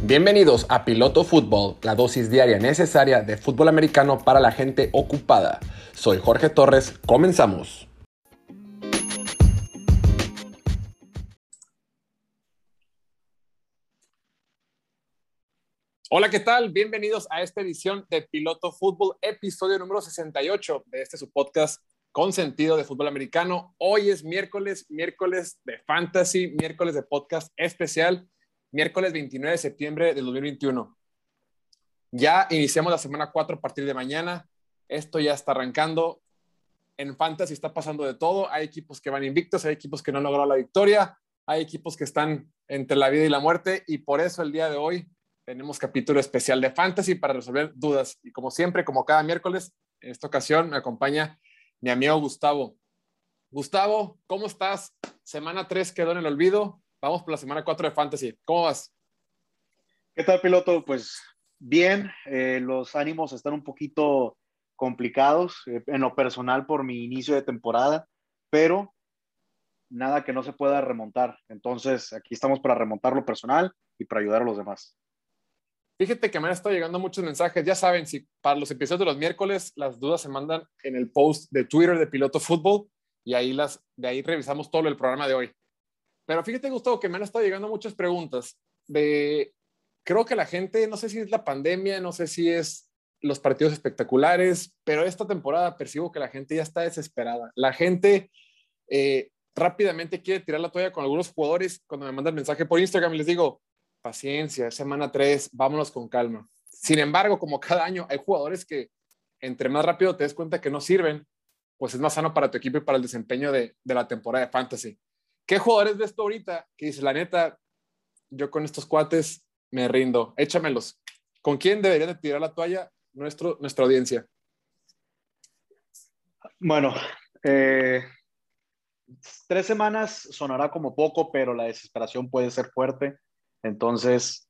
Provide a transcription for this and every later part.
Bienvenidos a Piloto Fútbol, la dosis diaria necesaria de fútbol americano para la gente ocupada. Soy Jorge Torres, comenzamos. Hola, ¿qué tal? Bienvenidos a esta edición de Piloto Fútbol, episodio número 68 de su podcast con sentido de fútbol americano. Hoy es miércoles de fantasy, miércoles de podcast especial, miércoles 29 de septiembre del 2021. Ya iniciamos la semana 4 a partir de mañana. Esto ya está arrancando. En fantasy está pasando de todo. Hay equipos que van invictos, hay equipos que no han logrado la victoria, hay equipos que están entre la vida y la muerte, y por eso el día de hoy tenemos capítulo especial de fantasy para resolver dudas. Y como siempre, como cada miércoles, en esta ocasión me acompaña mi amigo Gustavo. Gustavo, ¿cómo estás? Semana 3 quedó en el olvido. Vamos por la semana 4 de fantasy. ¿Cómo vas? ¿Qué tal, piloto? Pues bien, los ánimos están un poquito complicados en lo personal por mi inicio de temporada, pero nada que no se pueda remontar. Entonces, aquí estamos para remontar lo personal y para ayudar a los demás. Fíjate que me han estado llegando muchos mensajes. Ya saben, si para los episodios de los miércoles las dudas se mandan en el post de Twitter de Piloto Fútbol y de ahí revisamos todo el programa de hoy. Pero fíjate, Gustavo, que me han estado llegando muchas preguntas creo que la gente, no sé si es la pandemia, no sé si es los partidos espectaculares, pero esta temporada percibo que la gente ya está desesperada. La gente rápidamente quiere tirar la toalla con algunos jugadores. Cuando me mandan mensaje por Instagram les digo, paciencia, semana 3, vámonos con calma. Sin embargo, como cada año hay jugadores que entre más rápido te des cuenta que no sirven, pues es más sano para tu equipo y para el desempeño de la temporada de fantasy. ¿Qué jugadores ves tú ahorita que dices, la neta, yo con estos cuates me rindo? Échamelos. ¿Con quién debería de tirar la toalla nuestra audiencia? Bueno, 3 semanas sonará como poco, pero la desesperación puede ser fuerte. Entonces,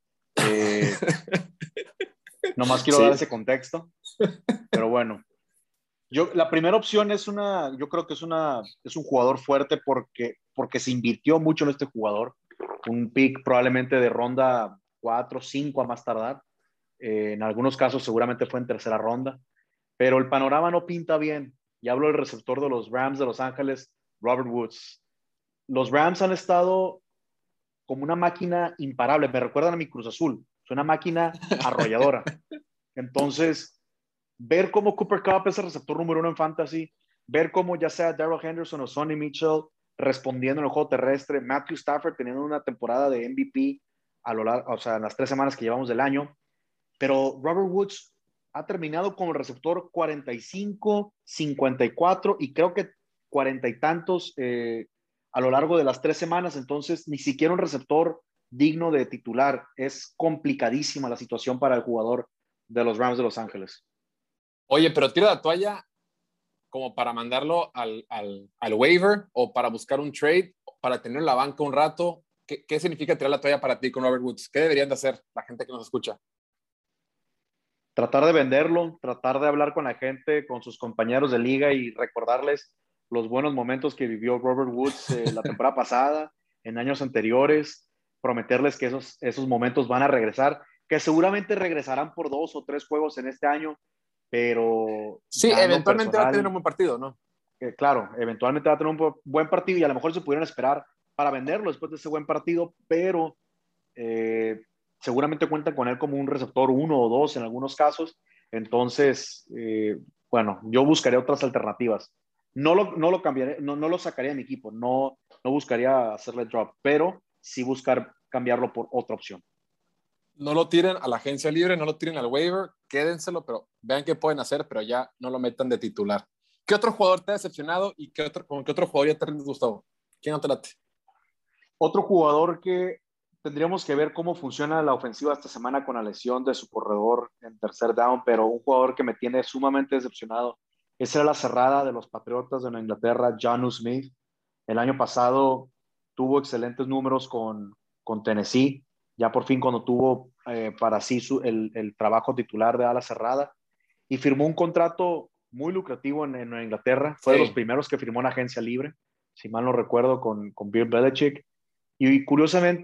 nomás quiero dar Sí. ese contexto. Pero bueno, la primera opción yo creo que es un jugador fuerte porque se invirtió mucho en este jugador. Un pick probablemente de ronda 4, 5 a más tardar. En algunos casos seguramente fue en tercera ronda. Pero el panorama no pinta bien. Y hablo del receptor de los Rams de Los Ángeles, Robert Woods. Los Rams han estado como una máquina imparable. Me recuerdan a mi Cruz Azul. Es una máquina arrolladora. Entonces, ver cómo Cooper Kupp es el receptor número 1 en fantasy, ver cómo ya sea Darrell Henderson o Sonny Mitchell respondiendo en el juego terrestre, Matthew Stafford teniendo una temporada de MVP en las 3 semanas que llevamos del año, pero Robert Woods ha terminado como el receptor 45, 54 y creo que 40 y tantos a lo largo de las 3 semanas. Entonces ni siquiera un receptor digno de titular. Es complicadísima la situación para el jugador de los Rams de Los Ángeles. Oye, pero tira la toalla como para mandarlo al waiver o para buscar un trade, para tener en la banca un rato. ¿Qué significa tirar la toalla para ti con Robert Woods? ¿Qué deberían de hacer la gente que nos escucha? Tratar de venderlo, tratar de hablar con la gente, con sus compañeros de liga y recordarles los buenos momentos que vivió Robert Woods la temporada pasada, en años anteriores, prometerles que esos momentos van a regresar, que seguramente regresarán por 2 o 3 juegos en este año, pero Sí, ya en lo eventualmente va a tener personal, un buen partido, ¿no? claro, eventualmente va a tener un buen partido y a lo mejor se pudieron esperar para venderlo después de ese buen partido, pero eh, seguramente cuentan con él como un receptor 1 o 2 en algunos casos. Entonces, bueno, yo buscaría otras alternativas. No lo cambiaré, no lo sacaría de mi equipo, no buscaría hacerle drop, pero sí buscar cambiarlo por otra opción. No lo tiren a la agencia libre, no lo tiren al waiver, quédenselo, pero vean qué pueden hacer, pero ya no lo metan de titular. ¿Qué otro jugador te ha decepcionado y con qué otro jugador ya te ha gustado? ¿Quién no te late? Otro jugador que tendríamos que ver cómo funciona la ofensiva esta semana con la lesión de su corredor en tercer down, pero un jugador que me tiene sumamente decepcionado es la cerrada de los Patriotas de Nueva Inglaterra, Jonnu Smith. El año pasado tuvo excelentes números con Tennessee, ya por fin cuando tuvo para sí el trabajo titular de ala cerrada, y firmó un contrato muy lucrativo en Nueva Inglaterra. Fue de los Sí. primeros que firmó en agencia libre, si mal no recuerdo, con Bill Belichick. Y curiosamente,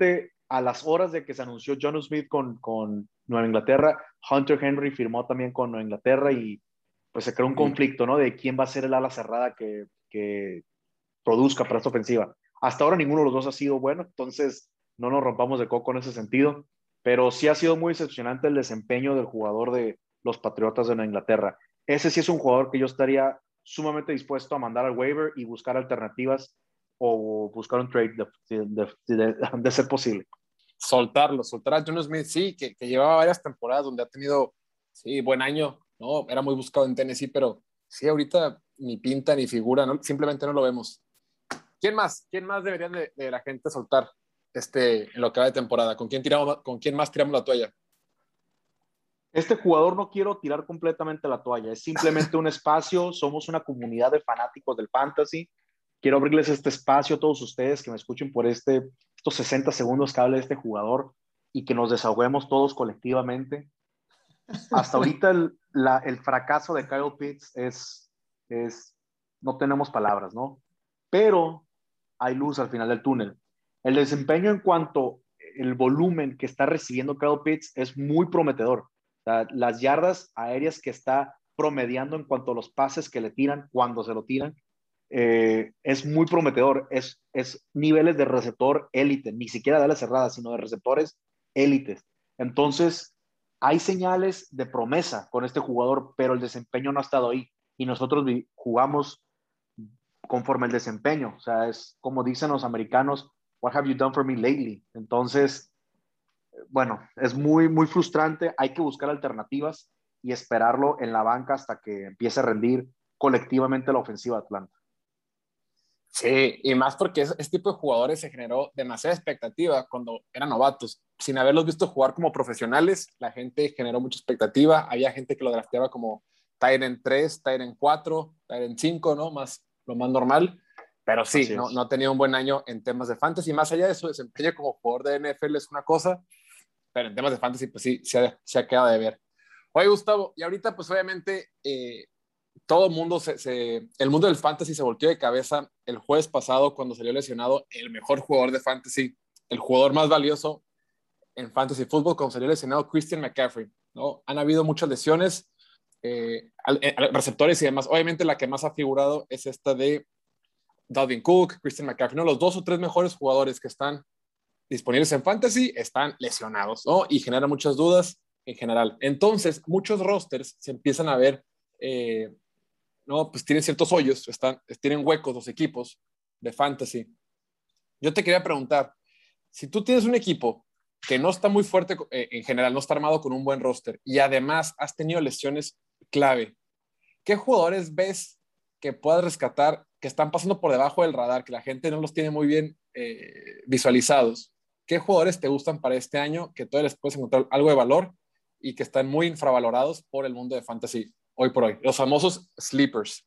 a las horas de que se anunció John Smith con Nueva Inglaterra, Hunter Henry firmó también con Nueva Inglaterra y pues se creó un conflicto, ¿no? De quién va a ser el ala cerrada que produzca para esta ofensiva. Hasta ahora ninguno de los dos ha sido bueno, entonces no nos rompamos de coco en ese sentido, pero sí ha sido muy decepcionante el desempeño del jugador de los Patriotas de Nueva Inglaterra. Ese sí es un jugador que yo estaría sumamente dispuesto a mandar al waiver y buscar alternativas o buscar un trade de ser posible. Soltar a John Smith, sí, que llevaba varias temporadas donde ha tenido, sí, buen año, ¿no? Era muy buscado en Tennessee, pero sí, ahorita ni pinta ni figura, ¿no? Simplemente no lo vemos. ¿Quién más? ¿Quién más deberían de la gente soltar en lo que va de temporada? ¿Con quién más tiramos la toalla? Este jugador no quiero tirar completamente la toalla, es simplemente un espacio, somos una comunidad de fanáticos del fantasy. Quiero abrirles este espacio a todos ustedes que me escuchen por estos 60 segundos que hable de este jugador y que nos desahoguemos todos colectivamente. Hasta ahorita el fracaso de Kyle Pitts no tenemos palabras, ¿no? Pero hay luz al final del túnel. El desempeño en cuanto el volumen que está recibiendo Kyle Pitts es muy prometedor. O sea, las yardas aéreas que está promediando en cuanto a los pases que le tiran cuando se lo tiran, es muy prometedor. Es niveles de receptor élite, ni siquiera de alas cerradas, sino de receptores élites. Entonces, hay señales de promesa con este jugador, pero el desempeño no ha estado ahí. Y nosotros jugamos conforme el desempeño. O sea, es como dicen los americanos, what have you done for me lately? Entonces, bueno, es muy, muy frustrante. Hay que buscar alternativas y esperarlo en la banca hasta que empiece a rendir colectivamente la ofensiva de Atlanta. Sí, y más porque este tipo de jugadores se generó demasiada expectativa cuando eran novatos. Sin haberlos visto jugar como profesionales, la gente generó mucha expectativa. Había gente que lo drafteaba como Tyrant 3, Tyrant 4, Tyrant 5, ¿no? Lo más normal. Pero sí, no ha tenido un buen año en temas de fantasy. Más allá de su desempeño como jugador de NFL es una cosa, pero en temas de fantasy, pues sí, se ha quedado de ver. Oye, Gustavo, y ahorita, pues obviamente, todo el mundo, el mundo del fantasy se volteó de cabeza el jueves pasado cuando salió lesionado el mejor jugador de fantasy, el jugador más valioso en fantasy fútbol, cuando salió lesionado Christian McCaffrey, ¿no? Han habido muchas lesiones, receptores y demás. Obviamente la que más ha figurado es esta de Dalvin Cook, Christian McCaffrey, ¿no? Los dos o tres mejores jugadores que están disponibles en fantasy están lesionados, ¿no? Y genera muchas dudas en general. Entonces, muchos rosters se empiezan a ver, no, pues tienen ciertos hoyos, tienen huecos los equipos de fantasy. Yo te quería preguntar, si tú tienes un equipo que no está muy fuerte en general, no está armado con un buen roster y además has tenido lesiones clave, ¿qué jugadores ves que puedas rescatar que están pasando por debajo del radar, que la gente no los tiene muy bien visualizados? ¿Qué jugadores te gustan para este año que todavía les puedes encontrar algo de valor y que están muy infravalorados por el mundo de fantasy hoy por hoy? Los famosos sleepers.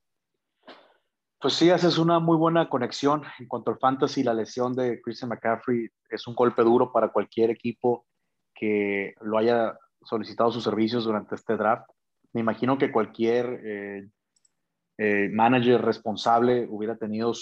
Pues sí, haces una muy buena conexión en cuanto al fantasy. La lesión de Christian McCaffrey es un golpe duro para cualquier equipo que lo haya solicitado sus servicios durante este draft. Me imagino que cualquier manager responsable hubiera tenido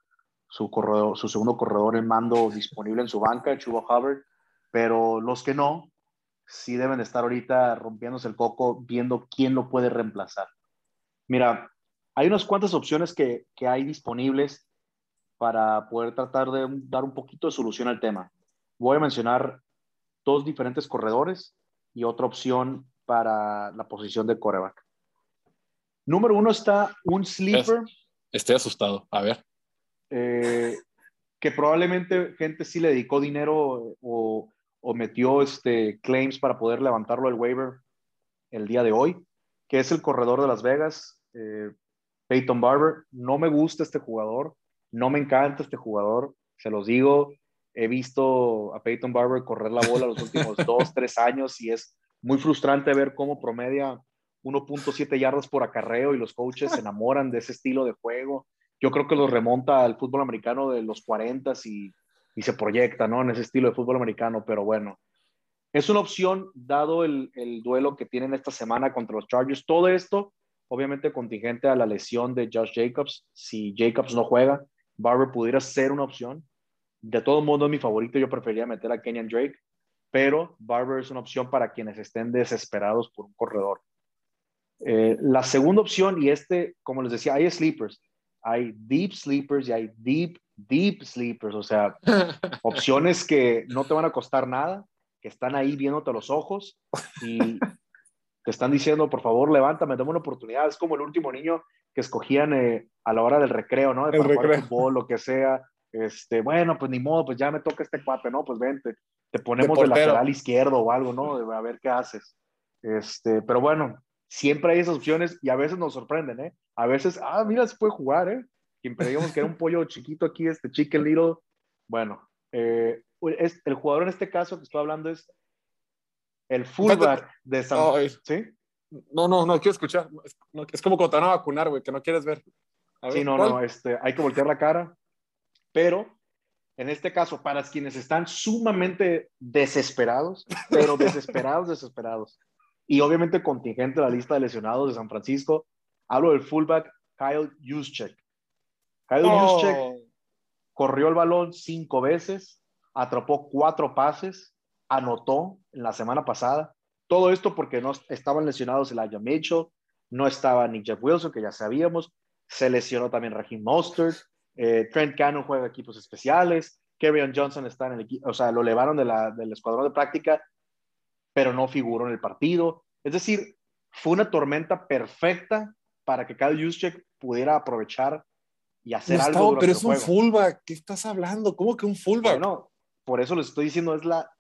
su segundo corredor en mando disponible en su banca, Chuba Hubbard, pero los que no, sí deben estar ahorita rompiéndose el coco viendo quién lo puede reemplazar. Mira, hay unas cuantas opciones que hay disponibles para poder tratar de dar un poquito de solución al tema. Voy a mencionar dos diferentes corredores y otra opción para la posición de quarterback. Número uno está un sleeper. Estoy asustado. A ver. Que probablemente gente sí le dedicó dinero o metió claims para poder levantarlo del waiver el día de hoy, que es el corredor de Las Vegas, Peyton Barber. No me gusta este jugador, no me encanta este jugador, se los digo. He visto a Peyton Barber correr la bola los últimos 2-3 años y es muy frustrante ver cómo promedia 1.7 yardas por acarreo y los coaches se enamoran de ese estilo de juego. Yo creo que los remonta al fútbol americano de los 40 y se proyecta, ¿no? En ese estilo de fútbol americano, pero bueno. Es una opción dado el duelo que tienen esta semana contra los Chargers. Todo esto, obviamente, contingente a la lesión de Josh Jacobs. Si Jacobs no juega, Barber pudiera ser una opción. De todo modo es mi favorito, yo preferiría meter a Kenyan Drake, pero Barber es una opción para quienes estén desesperados por un corredor. La segunda opción, y como les decía, hay sleepers, hay deep sleepers y hay deep sleepers, o sea, opciones que no te van a costar nada, que están ahí viéndote a los ojos y te están diciendo, por favor, levántame, dame una oportunidad. Es como el último niño que escogían a la hora del recreo, ¿no? El Para jugar recreo. fútbol, lo que sea. Bueno, pues ni modo, pues ya me toca este cuate, ¿no? Pues vente, te De ponemos de portero. lateral izquierdo o algo, ¿no? A ver qué haces. Pero bueno, siempre hay esas opciones y a veces nos sorprenden, ¿eh? A veces, mira, se puede jugar, ¿eh? Quien creíamos que era un pollo chiquito aquí, Chicken Little. Bueno, el jugador en este caso que estoy hablando es el Espérate. fullback de San... Ay, ¿Sí? no quiero escuchar. Es como cuando te van a vacunar, güey, que no quieres ver. A Sí, ver, no, ¿cuál? hay que voltear la cara, pero en este caso, para quienes están sumamente desesperados, pero desesperados, y obviamente contingente la lista de lesionados de San Francisco, hablo del fullback Kyle Juszczyk. Kyle Juszczyk Oh, corrió el balón 5 veces, atrapó 4 pases, anotó en la semana pasada. Todo esto porque no estaban lesionados Elijah Mitchell, no estaba ni Jeff Wilson, que ya sabíamos, se lesionó también Raheem Mostert, Trent Cannon juega equipos especiales, Kerryon Johnson está en el equipo, o sea, lo elevaron del escuadrón de práctica, pero no figuró en el partido. Es decir, fue una tormenta perfecta para que Kyle Juszczyk pudiera aprovechar y hacer algo Gustavo, pero durante el es un juego. fullback. ¿Qué estás hablando? ¿Cómo que un fullback? Bueno, por eso les estoy diciendo, es la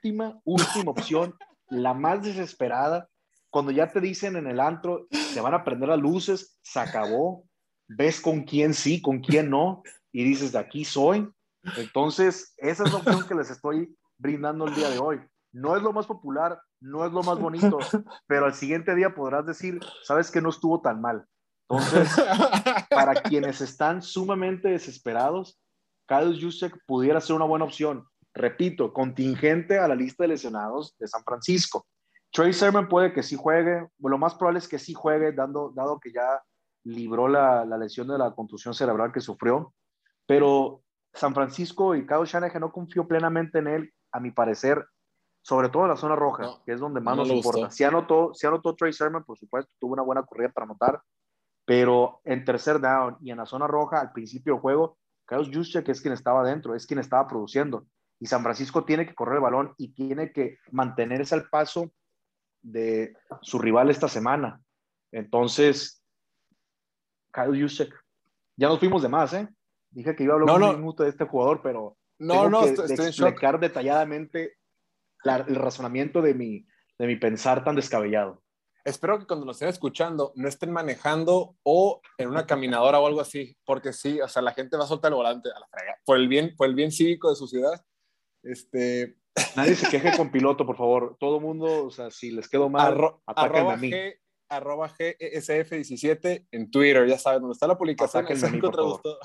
última opción, la más desesperada. Cuando ya te dicen en el antro, se van a prender las luces, se acabó, ves con quién sí, con quién no, y dices, de aquí soy. Entonces, esa es la opción que les estoy brindando el día de hoy. No es lo más popular, no es lo más bonito, pero al siguiente día podrás decir, sabes que no estuvo tan mal. Entonces, para quienes están sumamente desesperados, Kyle Juszczyk pudiera ser una buena opción. Repito, contingente a la lista de lesionados de San Francisco. Trey Sermon puede que sí juegue, lo más probable es que sí juegue, dado que ya libró la lesión de la contusión cerebral que sufrió, pero San Francisco y Kyle Shanahan no confió plenamente en él, a mi parecer, sobre todo en la zona roja, No, que es donde más no nos le importa. gustó. Si anotó Trey Sermon, por supuesto, tuvo una buena corrida para anotar, pero en tercer down y en la zona roja al principio del juego, Kyle Juszczyk es quien estaba adentro, es quien estaba produciendo. Y San Francisco tiene que correr el balón y tiene que mantenerse al paso de su rival esta semana. Entonces, Kyle Juszczyk, ya nos fuimos de más, ¿eh? Dije que iba a hablar No, un no, minuto de este jugador, pero no, tengo no, que estoy en shock. explicar detalladamente el razonamiento de mi pensar tan descabellado. Espero que cuando nos estén escuchando no estén manejando o en una caminadora o algo así, porque sí, o sea, la gente va a soltar el volante a la frega. Por el bien cívico de su ciudad. Este, Nadie se queje con piloto, por favor. Todo mundo, o sea, si les quedo mal, arro, atáquenme a arroba mí. G, arroba GESF17 en Twitter, ya saben, donde está la publicación, ahí Atáquenme a saben mí, que por otra favor. gustó.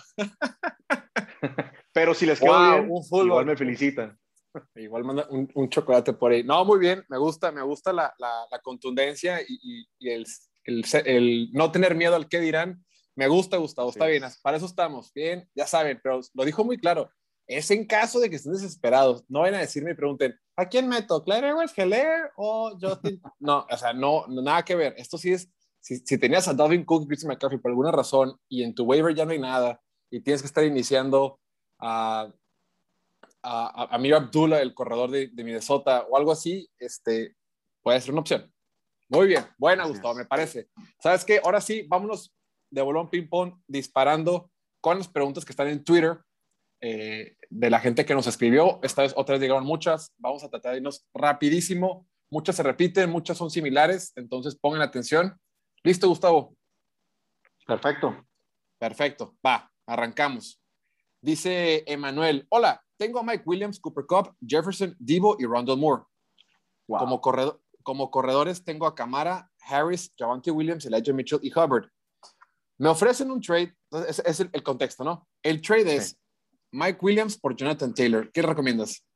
Pero si les quedo Wow, bien, un igual fullback. me felicitan. Igual manda un chocolate por ahí. No, muy bien, me gusta la contundencia y el no tener miedo al qué dirán. Me gusta, Gustavo, Así está bien, es. para eso estamos, bien, ya saben, pero lo dijo muy claro. Es en caso de que estén desesperados. No vayan a decirme y pregunten, ¿a quién meto? ¿Clyde Edwards-Helaire o Justin? No, o sea, no, nada que ver. Esto sí es, si tenías a Dalvin Cook, Christian McCaffrey por alguna razón y en tu waiver ya no hay nada y tienes que estar iniciando a Amir Abdullah, el corredor de Minnesota o algo así, puede ser una opción. Muy bien, buena, Así Gustavo, me es. parece. ¿Sabes qué? Ahora sí, vámonos de bolón ping-pong disparando con las preguntas que están en Twitter de la gente que nos escribió. Esta vez otras llegaron muchas. Vamos a tratar de irnos rapidísimo. Muchas se repiten, muchas son similares, entonces pongan atención. ¿Listo, Gustavo? Perfecto. Perfecto, va, arrancamos. Dice Emanuel, hola, tengo a Mike Williams, Cooper Kupp, Jefferson, Debo y Rondell Moore. Wow. Como corredores tengo a Camara, Harris, Javonte Williams, Elijah Mitchell y Hubbard. Me ofrecen un trade, entonces es el contexto, ¿no? El trade Sí. es Mike Williams por Jonathan Taylor. ¿Qué recomiendas?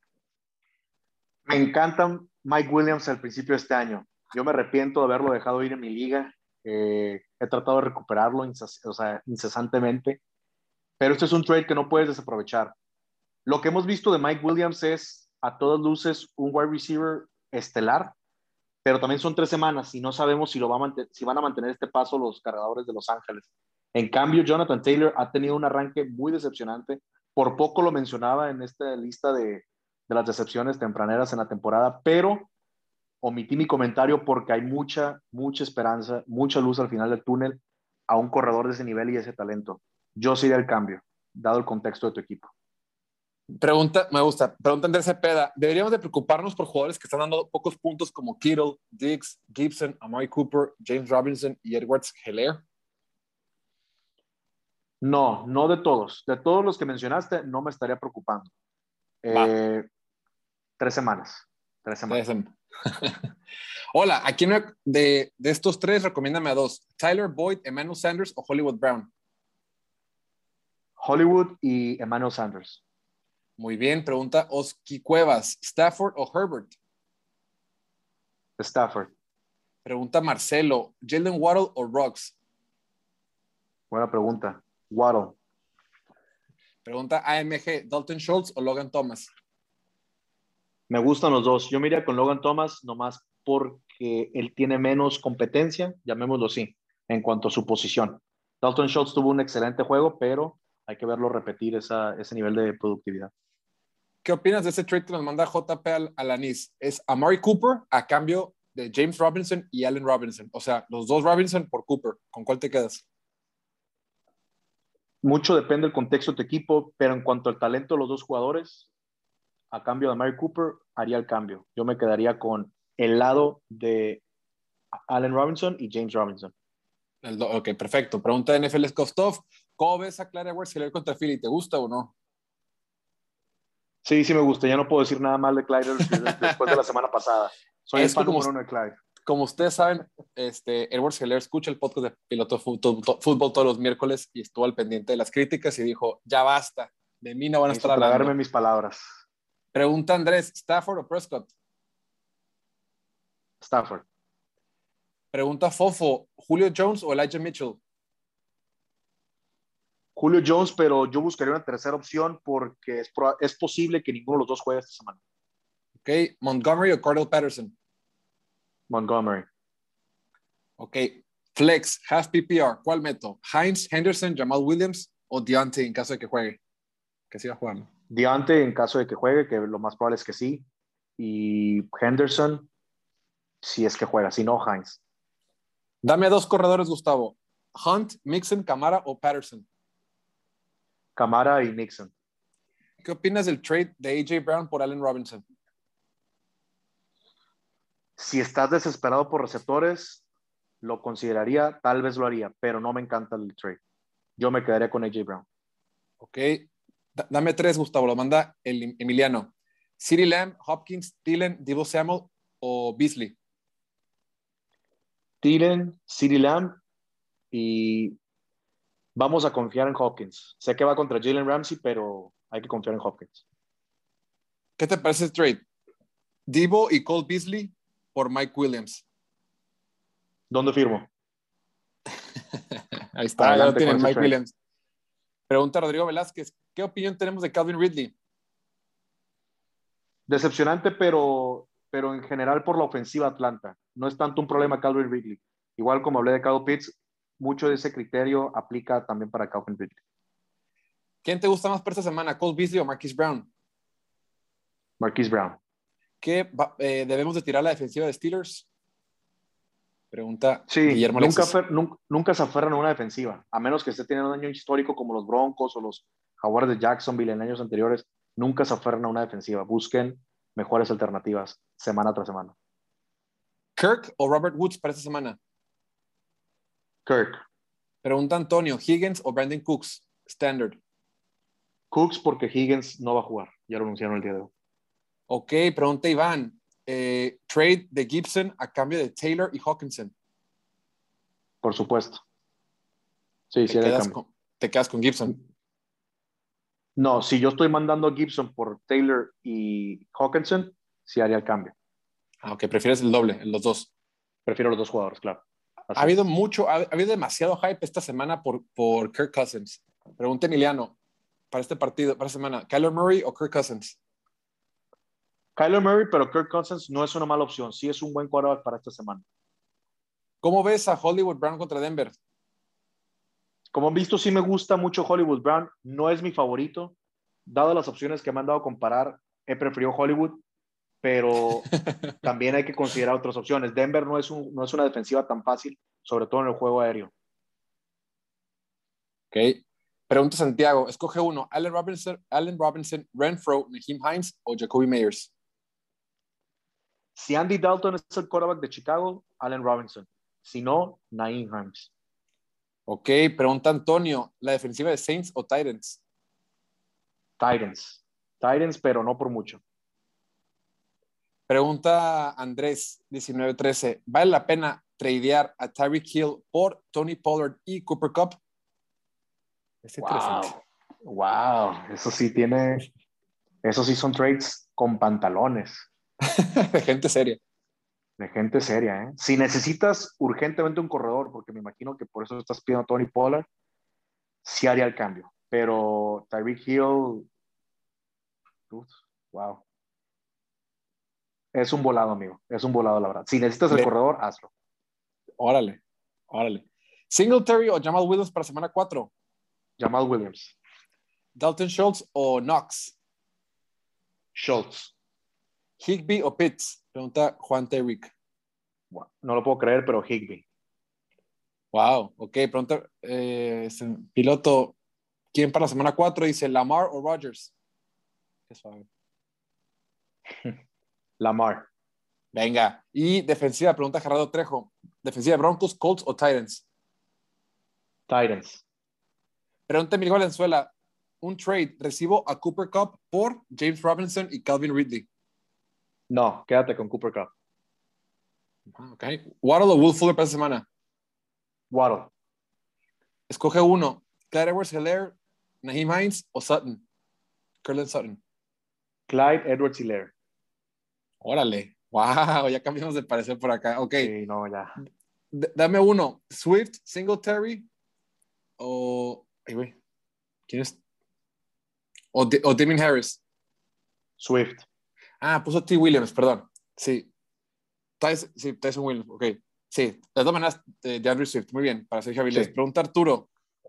Me encantan Mike Williams al principio de este año. Yo me arrepiento de haberlo dejado ir en mi liga. He tratado de recuperarlo o sea, incesantemente. Pero este es un trade que no puedes desaprovechar. Lo que hemos visto de Mike Williams es a todas luces un wide receiver estelar, pero también son 3 semanas y no sabemos si van a mantener este paso los cargadores de Los Ángeles. En cambio, Jonathan Taylor ha tenido un arranque muy decepcionante. Por poco lo mencionaba en esta lista de las decepciones tempraneras en la temporada, pero omití mi comentario porque hay mucha esperanza, mucha luz al final del túnel a un corredor de ese nivel y ese talento. Yo sería el cambio, dado el contexto de tu equipo. Pregunta, me gusta. Pregunta Andrés Cepeda. ¿Deberíamos de preocuparnos por jugadores que están dando pocos puntos como Kittle, Diggs, Gibson, Amari Cooper, James Robinson y Edwards-Helaire? No, no de todos. De todos los que mencionaste, no me estaría preocupando. Va. 3 semanas. 3 semanas. Hola, ¿a quién de estos tres recomiéndame a dos? Tyler Boyd, Emmanuel Sanders o Hollywood Brown. Hollywood y Emmanuel Sanders. Muy bien, pregunta Oski Cuevas, ¿Stafford o Herbert? Stafford. Pregunta Marcelo, ¿Jalen Waddle o Ruggs? Buena pregunta. Waddle. Pregunta AMG, ¿Dalton Schultz o Logan Thomas? Me gustan los dos. Yo me iría con Logan Thomas nomás porque él tiene menos competencia, llamémoslo así, en cuanto a su posición. Dalton Schultz tuvo un excelente juego, pero hay que verlo repetir ese nivel de productividad. ¿Qué opinas de ese trade que nos manda JP Alanis? Es Amari Cooper a cambio de James Robinson y Allen Robinson. O sea, los dos Robinson por Cooper. ¿Con cuál te quedas? Mucho depende del contexto de tu equipo, pero en cuanto al talento de los dos jugadores, a cambio de Amari Cooper, haría el cambio. Yo me quedaría con el lado de Allen Robinson y James Robinson. Ok, perfecto. Pregunta de NFL Kostov. ¿Cómo ves a Clyde Edwards-Helaire contra Philly? ¿Te gusta o no? Sí, sí me gusta. Ya no puedo decir nada mal de Clyde después de la semana pasada. Soy el fan número 1 de Clyde. Como ustedes saben, Edwards-Helaire escucha el podcast de Piloto Fútbol todos los miércoles y estuvo al pendiente de las críticas y dijo, ya basta, de mí no van a estar hablando. Tragarme mis palabras. Pregunta Andrés, ¿Stafford o Prescott? Stafford. Pregunta Fofo, ¿Julio Jones o Elijah Mitchell? Julio Jones, pero yo buscaría una tercera opción porque es posible que ninguno de los dos juegue esta semana. Ok, ¿Montgomery o Cordell Patterson? Montgomery. Ok, Flex, half PPR, ¿cuál meto? ¿Hines, Henderson, Jamal Williams o Deontay en caso de que juegue? Que siga jugando. Deontay en caso de que juegue, que lo más probable es que sí. Y Henderson, si es que juega, si no, Hines. Dame dos corredores, Gustavo. Hunt, Mixon, Camara o Patterson. Camara y Mixon. ¿Qué opinas del trade de A.J. Brown por Allen Robinson? Si estás desesperado por receptores, lo consideraría, tal vez lo haría, pero no me encanta el trade. Yo me quedaría con A.J. Brown. Ok. Dame tres, Gustavo. Lo manda el Emiliano. CeeDee Lamb, Hopkins, Thielen, Deebo Samuel o Beasley. Thielen, CeeDee Lamb y vamos a confiar en Hopkins. Sé que va contra Jalen Ramsey, pero hay que confiar en Hopkins. ¿Qué te parece el trade? Deebo y Cole Beasley por Mike Williams. ¿Dónde firmo? Ahí está, adelante, ya lo tienen, Mike trade. Williams. Pregunta Rodrigo Velázquez, ¿qué opinión tenemos de Calvin Ridley? Decepcionante, pero en general por la ofensiva Atlanta. No es tanto un problema Calvin Ridley. Igual como hablé de Kyle Pitts, mucho de ese criterio aplica también para Calvin Ridley. ¿Quién te gusta más para esta semana, Cole Beasley o Marquise Brown? Marquise Brown. ¿Qué debemos de tirar la defensiva de Steelers? Pregunta Sí, Guillermo Alexis. nunca se aferran a una defensiva, a menos que esté teniendo un año histórico como los Broncos o los Jaguares de Jacksonville en años anteriores. Nunca se aferran a una defensiva. Busquen mejores alternativas semana tras semana. ¿Kirk o Robert Woods para esta semana? Kirk. Pregunta Antonio, ¿Higgins o Brandon Cooks? Standard. Cooks porque Higgins no va a jugar. Ya lo anunciaron el día de hoy. Ok, pregunta Iván. Trade de Gibson a cambio de Taylor y Hawkinson. Por supuesto. Sí, sí, te quedas con Gibson. No, si yo estoy mandando a Gibson por Taylor y Hawkinson, sí haría el cambio. Ok, prefieres el doble, los dos. Prefiero los dos jugadores, claro. Ha habido demasiado hype esta semana por Kirk Cousins. Pregunta Emiliano, para este partido, para esta semana? ¿Kyler Murray o Kirk Cousins? Kyler Murray, pero Kirk Cousins no es una mala opción. Sí es un buen quarterback para esta semana. ¿Cómo ves a Hollywood Brown contra Denver? Como han visto, sí me gusta mucho Hollywood Brown. No es mi favorito. Dado las opciones que me han dado a comparar, he preferido Hollywood, pero también hay que considerar otras opciones. Denver no es una defensiva tan fácil, sobre todo en el juego aéreo. Ok. Pregunta Santiago. Escoge uno. Allen Robinson, Renfro, Naheem Hines o Jacoby Meyers. Si Andy Dalton es el quarterback de Chicago, Allen Robinson. Si no, Naeem Hines. Ok. Pregunta Antonio. ¿La defensiva de Saints o Titans? Titans. Titans, pero no por mucho. Pregunta Andrés, 1913. ¿Vale la pena tradear a Tyreek Hill por Tony Pollard y Cooper Kupp? Es interesante. Wow. Eso sí son trades con pantalones. De gente seria. De gente seria, ¿eh? Si necesitas urgentemente un corredor, porque me imagino que por eso estás pidiendo a Tony Pollard, sí haría el cambio. Pero Tyreek Hill, wow. Es un volado, amigo. Es un volado, la verdad. Si necesitas el corredor, hazlo. Órale. ¿Singletary o Jamal Williams para semana 4? Jamal Williams. ¿Dalton Schultz o Knox? Schultz. ¿Higbee o Pitts? Pregunta Juan Terrick. Wow. No lo puedo creer, pero Higbee. Wow, ok. Pregunta piloto. ¿Quién para la semana 4? Dice Lamar o Rodgers. Qué suave. Lamar. Venga. Y defensiva, pregunta Gerardo Trejo. ¿Defensiva Broncos, Colts o Titans? Titans. Pregunta Miguel Valenzuela. Un trade. ¿Recibo a Cooper Kupp por James Robinson y Calvin Ridley? No, quédate con Cooper Kupp. Ok. ¿Waddle o Will Fuller para esta semana? Waddle. Escoge uno. Clyde Edwards-Helaire, Naheem Hines o Sutton. Curlin Sutton. Clyde Edwards-Helaire. Órale. Wow, ya cambiamos de parecer por acá. Ok. Sí, no, ya. Dame uno. Swift, Singletary o... Ay, güey. ¿Quién es? O Damien Harris. Swift. Puso T. Williams, perdón. Sí. Tyson Williams. Ok. Sí. De todas maneras, de Andrew Swift. Muy bien. Para Sergio Avilés. Sí. Pregunta Arturo.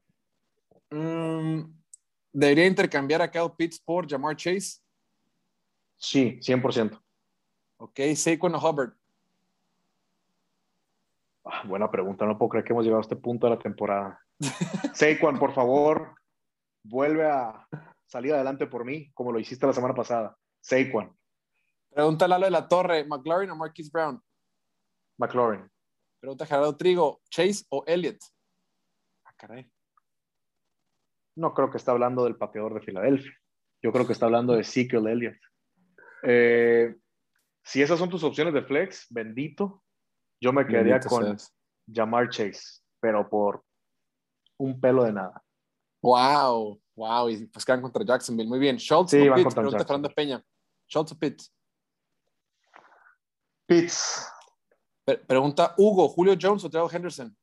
¿Debería intercambiar a Kyle Pitts por Jamar Chase? Sí, 100%. Ok. Saquon o Hubbard. Buena pregunta. No puedo creer que hemos llegado a este punto de la temporada. Saquon, por favor, vuelve a salir adelante por mí, como lo hiciste la semana pasada. Saquon. Pregunta Lalo de la Torre. ¿McLaurin o Marquise Brown? McLaurin. Pregunta Gerardo Trigo. ¿Chase o Elliott? Caray. No creo que está hablando del pateador de Filadelfia. Yo creo que está hablando de Ezekiel Elliott. Si esas son tus opciones de flex, bendito. Yo me quedaría con Jamar Chase, pero por un pelo de nada. Wow. Y pues quedan contra Jacksonville. Muy bien. ¿Schultz sí, o Pitts? Pregunta Fernando Peña. ¿Schultz o Pitts? Pitts. Pregunta Hugo. ¿Julio Jones o Darrell Henderson?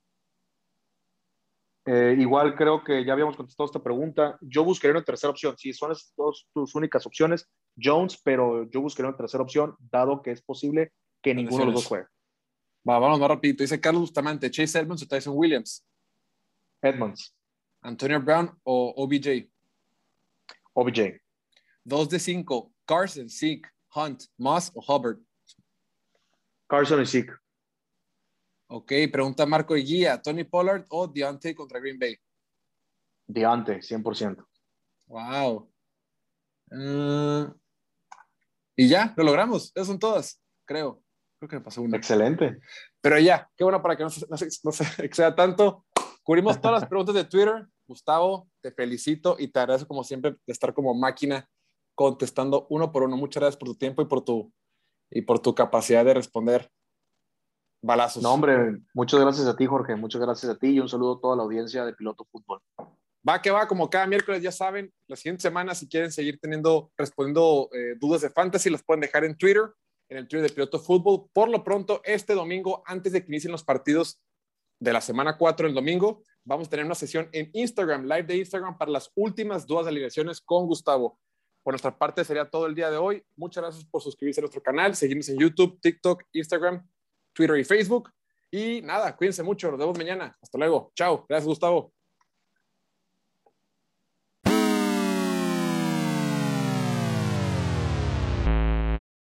Igual creo que ya habíamos contestado esta pregunta. Yo buscaría una tercera opción. Si son esas dos tus únicas opciones, Jones, pero yo buscaría una tercera opción, dado que es posible que ninguno de los dos juegue. Vamos más rapidito. Dice Carlos Bustamante, ¿Chase Edmonds o Tyson Williams? Edmonds. ¿Antonio Brown o OBJ? OBJ. 2 de 5. Carson, Zeke, Hunt, Moss o Hubbard? Carson y Zeke. Ok, pregunta Marco Eguía, ¿Tony Pollard o Deontay contra Green Bay? Deontay, 100%. Wow. Y ya, lo logramos. Esas son todas, creo. Creo que me pasó una. Excelente. Pero ya, qué bueno para que no se exceda tanto. Cubrimos todas las preguntas de Twitter. Gustavo, te felicito y te agradezco como siempre de estar como máquina contestando uno por uno. Muchas gracias por tu tiempo y por tu capacidad de responder balazos. No, hombre, muchas gracias a ti, Jorge. Muchas gracias a ti y un saludo a toda la audiencia de Piloto Fútbol. Va que va, como cada miércoles, ya saben, la siguiente semana, si quieren seguir respondiendo dudas de fantasy, las pueden dejar en Twitter, en el Twitter de Piloto Fútbol. Por lo pronto, este domingo, antes de que inicien los partidos de la semana 4 el domingo, vamos a tener una sesión en Instagram, live de Instagram, para las últimas dudas de alineaciones con Gustavo. Por nuestra parte sería todo el día de hoy. Muchas gracias por suscribirse a nuestro canal, seguirnos en YouTube, TikTok, Instagram, Twitter y Facebook. Y nada, cuídense mucho, nos vemos mañana. Hasta luego. Chao. Gracias, Gustavo.